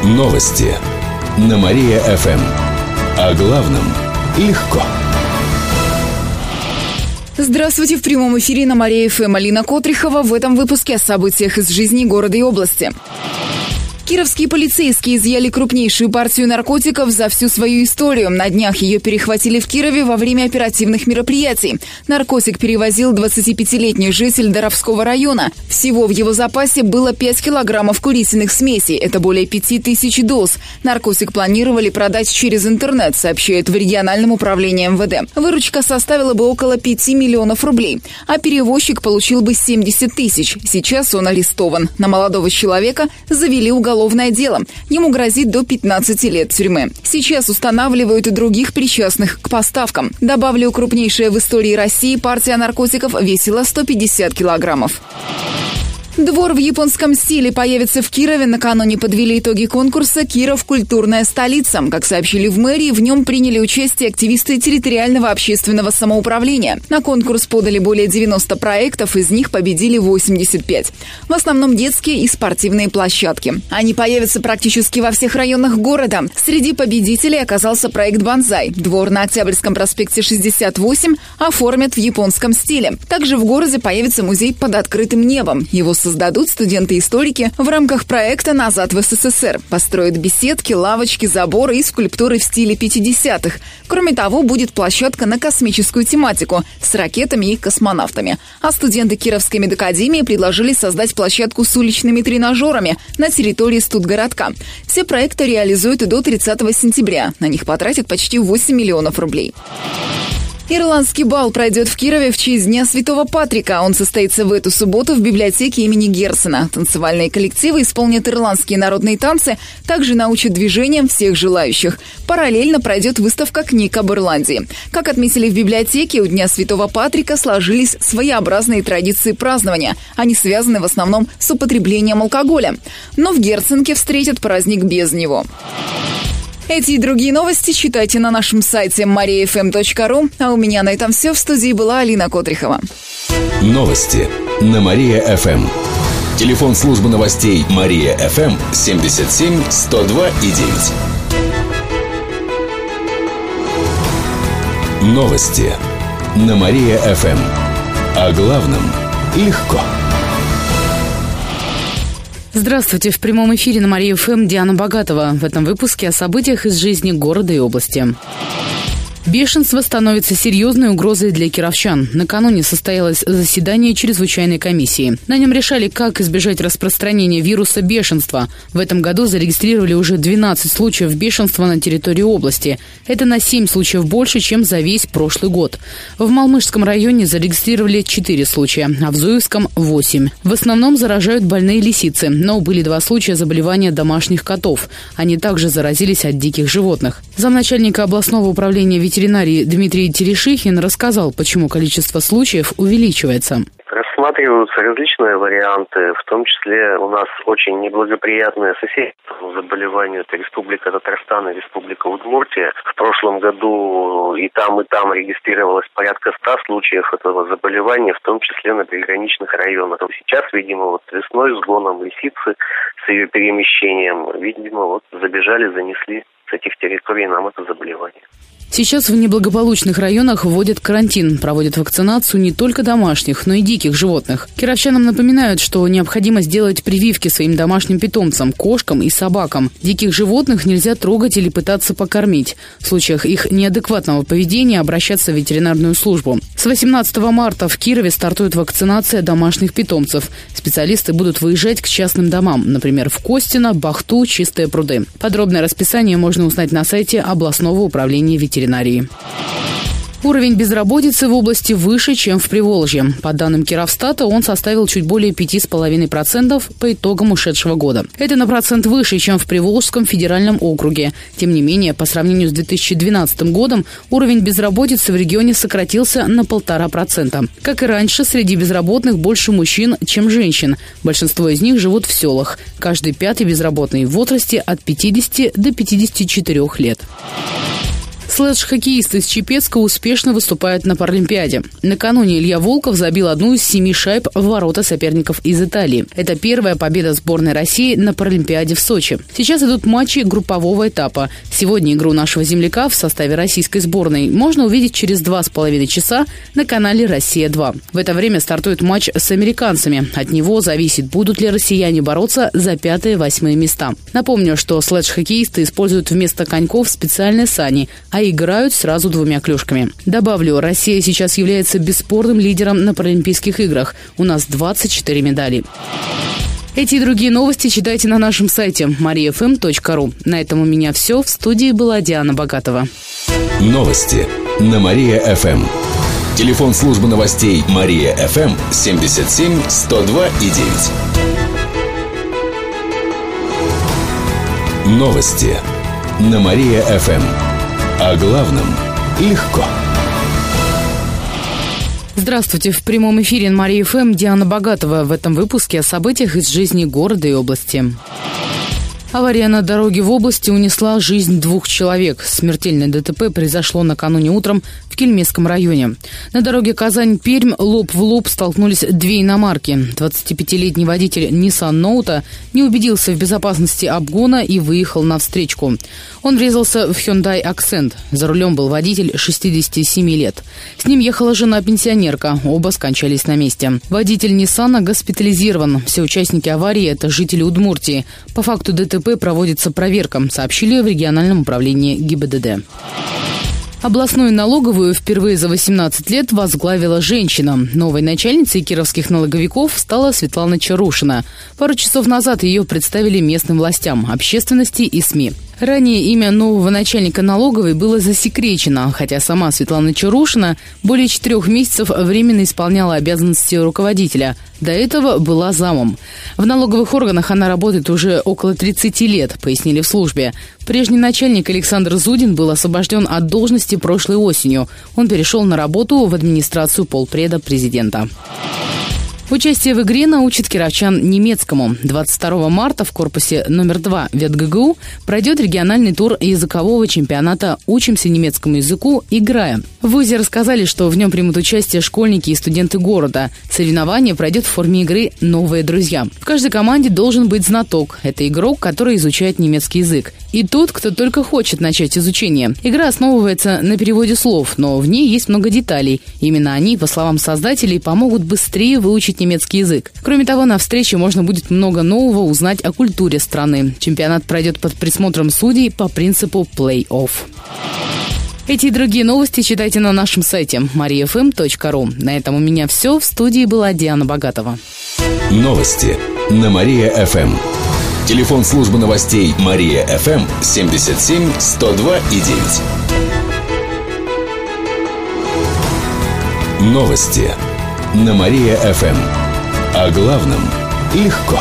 Новости на Мария-ФМ. О главном легко. Здравствуйте, в прямом эфире на Мария-ФМ Алина Котрихова. В этом выпуске о событиях из жизни города и области. Кировские полицейские изъяли крупнейшую партию наркотиков за всю свою историю. На днях ее перехватили в Кирове во время оперативных мероприятий. Наркотик перевозил 25-летний житель Доровского района. Всего в его запасе было 5 килограммов курительных смесей. Это более 5000 доз. Наркотик планировали продать через интернет, сообщает в региональном управлении МВД. Выручка составила бы около 5 миллионов рублей. А перевозчик получил бы 70 тысяч. Сейчас он арестован. На молодого человека завели уголовное дело. Ему грозит до 15 лет тюрьмы. Сейчас устанавливают и других причастных к поставкам. Добавлю, крупнейшая в истории России партия наркотиков весила 150 килограммов. Двор в японском стиле появится в Кирове. Накануне подвели итоги конкурса «Киров. Культурная столица». Как сообщили в мэрии, в нем приняли участие активисты территориального общественного самоуправления. На конкурс подали более 90 проектов, из них победили 85. В основном детские и спортивные площадки. Они появятся практически во всех районах города. Среди победителей оказался проект «Бонсай». Двор на Октябрьском проспекте 68 оформят в японском стиле. Также в городе появится музей под открытым небом. Его создадут студенты-историки в рамках проекта «Назад в СССР». Построят беседки, лавочки, заборы и скульптуры в стиле 50-х. Кроме того, будет площадка на космическую тематику с ракетами и космонавтами. А студенты Кировской медакадемии предложили создать площадку с уличными тренажерами на территории студгородка. Все проекты реализуют до 30 сентября. На них потратят почти 8 миллионов рублей. Ирландский бал пройдет в Кирове в честь Дня Святого Патрика. Он состоится в эту субботу в библиотеке имени Герцена. Танцевальные коллективы исполнят ирландские народные танцы, также научат движениям всех желающих. Параллельно пройдет выставка книг об Ирландии. Как отметили в библиотеке, у Дня Святого Патрика сложились своеобразные традиции празднования. Они связаны в основном с употреблением алкоголя. Но в Герценке встретят праздник без него. Эти и другие новости читайте на нашем сайте mariafm.ru. А у меня на этом все. В студии была Алина Котрихова. Новости на Мария-ФМ. Телефон службы новостей Мария-ФМ 77 102 и 9. Новости на Мария-ФМ. О главном легко. Здравствуйте, в прямом эфире на Мария-ФМ Диана Богатова. В этом выпуске о событиях из жизни города и области. Бешенство становится серьезной угрозой для кировчан. Накануне состоялось заседание чрезвычайной комиссии. На нем решали, как избежать распространения вируса бешенства. В этом году зарегистрировали уже 12 случаев бешенства на территории области. Это на 7 случаев больше, чем за весь прошлый год. В Малмышском районе зарегистрировали 4 случая, а в Зуевском – 8. В основном заражают больные лисицы, но были 2 случая заболевания домашних котов. Они также заразились от диких животных. Замначальника областного управления ветеринарии Дмитрий Терешихин рассказал, почему количество случаев увеличивается. Рассматриваются различные варианты, в том числе у нас очень неблагоприятное соседство по заболеванию. Это Республика Татарстан и Республика Удмуртия. В прошлом году и там регистрировалось порядка 100 случаев этого заболевания, в том числе на приграничных районах. Сейчас, видимо, весной с гоном лисицы, с ее перемещением, видимо, забежали, занесли с этих территорий нам это заболевание. Сейчас в неблагополучных районах вводят карантин, проводят вакцинацию не только домашних, но и диких животных. Кировчанам напоминают, что необходимо сделать прививки своим домашним питомцам, кошкам и собакам. Диких животных нельзя трогать или пытаться покормить. В случаях их неадекватного поведения обращаться в ветеринарную службу. С 18 марта в Кирове стартует вакцинация домашних питомцев. Специалисты будут выезжать к частным домам, например, в Костино, Бахту, Чистые пруды. Подробное расписание можно узнать на сайте областного управления ветеринарии. Уровень безработицы в области выше, чем в Приволжье. По данным Кировстата, он составил чуть более 5,5% по итогам ушедшего года. Это на процент выше, чем в Приволжском федеральном округе. Тем не менее, по сравнению с 2012 годом, уровень безработицы в регионе сократился на 1,5%. Как и раньше, среди безработных больше мужчин, чем женщин. Большинство из них живут в селах. Каждый 5-й безработный в возрасте от 50 до 54 лет. Слэдж-хоккеисты из Чепецка успешно выступают на Паралимпиаде. Накануне Илья Волков забил одну из 7 шайб в ворота соперников из Италии. Это первая победа сборной России на Паралимпиаде в Сочи. Сейчас идут матчи группового этапа. Сегодня игру нашего земляка в составе российской сборной можно увидеть через 2,5 часа на канале «Россия-2». В это время стартует матч с американцами. От него зависит, будут ли россияне бороться за 5-8 места. Напомню, что слэдж-хоккеисты используют вместо коньков специальные сани, а играют сразу 2 клюшками. Добавлю, Россия сейчас является бесспорным лидером на Паралимпийских играх. У нас 24 медали. Эти и другие новости читайте на нашем сайте mariafm.ru. На этом у меня все. В студии была Диана Богатова. Новости на Мария-ФМ. Телефон службы новостей Мария-ФМ 77 102 и 9. Новости на Мария-ФМ. О главном легко. Здравствуйте. В прямом эфире на Мария-ФМ Диана Богатова. В этом выпуске о событиях из жизни города и области. Авария на дороге в области унесла жизнь 2 человек. Смертельное ДТП произошло накануне утром в Кельмесском районе. На дороге Казань-Пермь лоб в лоб столкнулись 2 иномарки. 25-летний водитель Nissan Note не убедился в безопасности обгона и выехал на встречку. Он врезался в Hyundai Accent. За рулем был водитель 67 лет. С ним ехала жена-пенсионерка. Оба скончались на месте. Водитель Ниссана госпитализирован. Все участники аварии – это жители Удмуртии. По факту ДТП проводится проверка, сообщили в региональном управлении ГИБДД. Областную налоговую впервые за 18 лет возглавила женщина. Новой начальницей кировских налоговиков стала Светлана Чарушина. Пару часов назад ее представили местным властям, общественности и СМИ. Ранее имя нового начальника налоговой было засекречено, хотя сама Светлана Чарушина более 4 месяцев временно исполняла обязанности руководителя. До этого была замом. В налоговых органах она работает уже около 30 лет, пояснили в службе. Прежний начальник Александр Зудин был освобожден от должности прошлой осенью. Он перешел на работу в администрацию полпреда президента. Участие в игре научит кировчан немецкому. 22 марта в корпусе номер 2 ВетГГУ пройдет региональный тур языкового чемпионата «Учимся немецкому языку, играя». В ВУЗе рассказали, что в нем примут участие школьники и студенты города. Соревнование пройдет в форме игры «Новые друзья». В каждой команде должен быть знаток. Это игрок, который изучает немецкий язык. И тот, кто только хочет начать изучение. Игра основывается на переводе слов, но в ней есть много деталей. Именно они, по словам создателей, помогут быстрее выучить немецкий язык. Кроме того, на встрече можно будет много нового узнать о культуре страны. Чемпионат пройдет под присмотром судей по принципу плей-офф. Эти и другие новости читайте на нашем сайте mariafm.ru. На этом у меня все. В студии была Диана Богатова. Новости на Мария-ФМ. Телефон службы новостей Мария-ФМ 77 102 и 9. Новости на Мария-ФМ. О главном легко.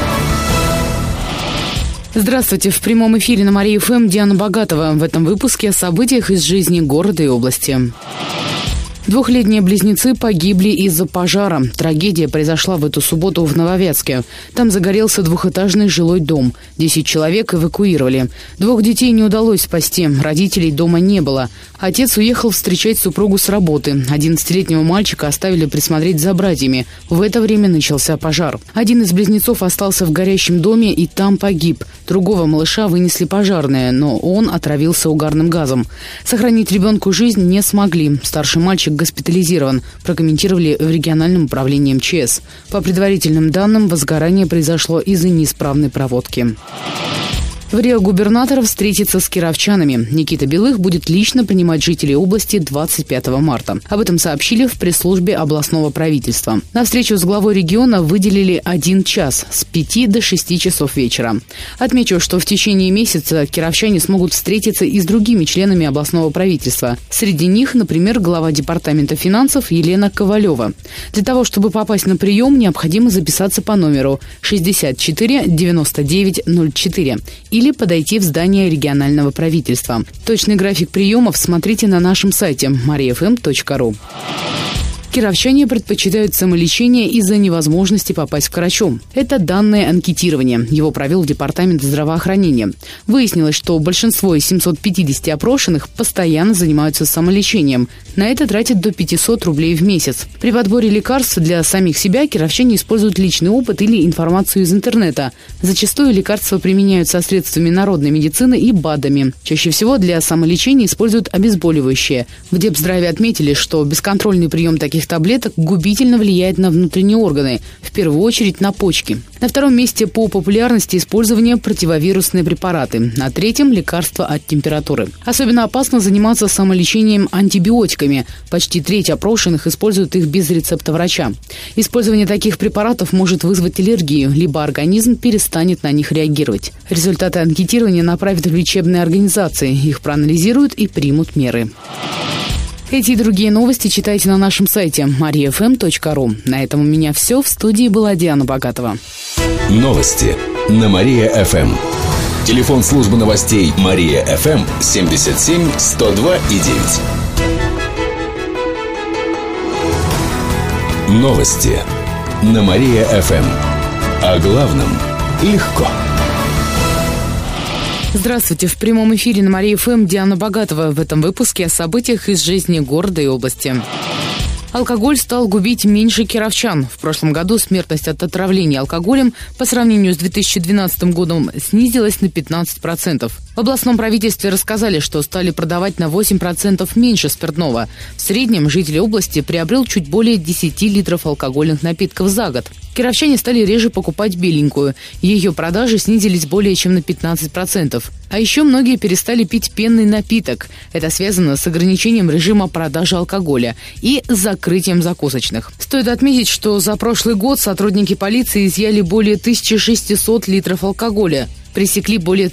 Здравствуйте. В прямом эфире на Мария-ФМ Диана Богатова. В этом выпуске о событиях из жизни города и области. 2-летние близнецы погибли из-за пожара. Трагедия произошла в эту субботу в Нововятске. Там загорелся 2-этажный жилой дом. 10 человек эвакуировали. 2 детей не удалось спасти. Родителей дома не было. Отец уехал встречать супругу с работы. 11-летнего мальчика оставили присмотреть за братьями. В это время начался пожар. Один из близнецов остался в горящем доме и там погиб. Другого малыша вынесли пожарные, но он отравился угарным газом. Сохранить ребенку жизнь не смогли. Старший мальчик госпитализирован, прокомментировали в региональном управлении МЧС. По предварительным данным, возгорание произошло из-за неисправной проводки. В Рио губернатор встретится с кировчанами. Никита Белых будет лично принимать жителей области 25 марта. Об этом сообщили в пресс-службе областного правительства. На встречу с главой региона выделили 1 час с 5 до 6 часов вечера. Отмечу, что в течение месяца кировчане смогут встретиться и с другими членами областного правительства. Среди них, например, глава департамента финансов Елена Ковалева. Для того, чтобы попасть на прием, необходимо записаться по номеру 64 99 04 или подойти в здание регионального правительства. Точный график приемов смотрите на нашем сайте mariafm.ru. Кировчане предпочитают самолечение из-за невозможности попасть к врачу. Это данные анкетирования. Его провел Департамент здравоохранения. Выяснилось, что большинство из 750 опрошенных постоянно занимаются самолечением. На это тратят до 500 рублей в месяц. При подборе лекарств для самих себя кировчане используют личный опыт или информацию из интернета. Зачастую лекарства применяют со средствами народной медицины и БАДами. Чаще всего для самолечения используют обезболивающие. В Депздраве отметили, что бесконтрольный прием таких таблеток губительно влияет на внутренние органы, в первую очередь на почки. На втором месте по популярности использования противовирусные препараты. На третьем – лекарства от температуры. Особенно опасно заниматься самолечением антибиотиками. Почти треть опрошенных используют их без рецепта врача. Использование таких препаратов может вызвать аллергию, либо организм перестанет на них реагировать. Результаты анкетирования направят в лечебные организации. Их проанализируют и примут меры. Эти и другие новости читайте на нашем сайте mariafm.ru. На этом у меня все. В студии была Диана Богатова. Новости на Мария-ФМ. Телефон службы новостей Мария-ФМ 77 102 и 9. Новости на Мария-ФМ. О главном легко. Здравствуйте. В прямом эфире на Мария-ФМ Диана Богатова. В этом выпуске о событиях из жизни города и области. Алкоголь стал губить меньше кировчан. В прошлом году смертность от отравления алкоголем по сравнению с 2012 годом снизилась на 15%. В областном правительстве рассказали, что стали продавать на 8% меньше спиртного. В среднем житель области приобрел чуть более 10 литров алкогольных напитков за год. Кировчане стали реже покупать беленькую. Ее продажи снизились более чем на 15%. А еще многие перестали пить пенный напиток. Это связано с ограничением режима продажи алкоголя и закрытием закусочных. Стоит отметить, что за прошлый год сотрудники полиции изъяли более 1600 литров алкоголя. Пресекли более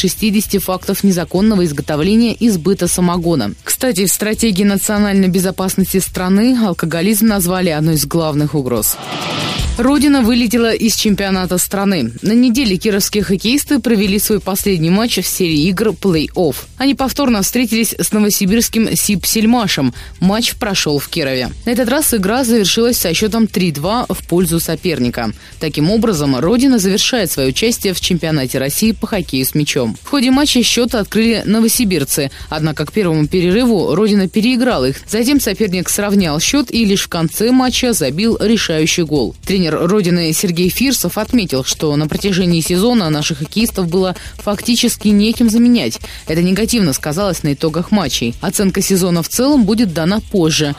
360 фактов незаконного изготовления и сбыта самогона. Кстати, в стратегии национальной безопасности страны алкоголизм назвали одной из главных угроз. Родина вылетела из чемпионата страны. На неделе кировские хоккеисты провели свой последний матч в серии игр плей-офф. Они повторно встретились с новосибирским Сибсельмашем. Матч прошел в Кирове. На этот раз игра завершилась со счетом 3-2 в пользу соперника. Таким образом, Родина завершает свое участие в чемпионате России по хоккею с мячом. В ходе матча счет открыли новосибирцы. Однако к первому перерыву Родина переиграла их. Затем соперник сравнял счет и лишь в конце матча забил решающий гол. Тренер Родины Сергей Фирсов отметил, что на протяжении сезона наших хоккеистов было фактически неким заменять. Это негативно сказалось на итогах матчей. Оценка сезона в целом будет дана позже.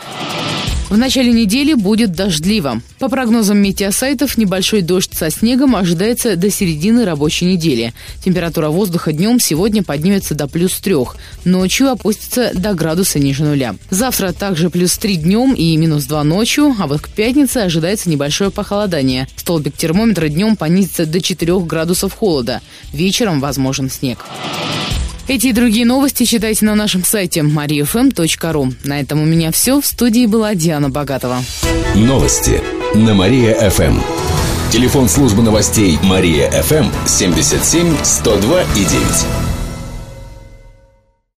В начале недели будет дождливо. По прогнозам метеосайтов, небольшой дождь со снегом ожидается до середины рабочей недели. Температура воздуха днем сегодня поднимется до +3. Ночью опустится до градуса ниже нуля. Завтра также +3 днем и -2 ночью, а вот к пятнице ожидается небольшое похолодание. Столбик термометра днем понизится до 4 градусов холода. Вечером возможен снег. Эти и другие новости читайте на нашем сайте mariafm.ru. На этом у меня все. В студии была Диана Богатова. Новости на Мария-ФМ. Телефон службы новостей Мария-ФМ 77 102 и 9.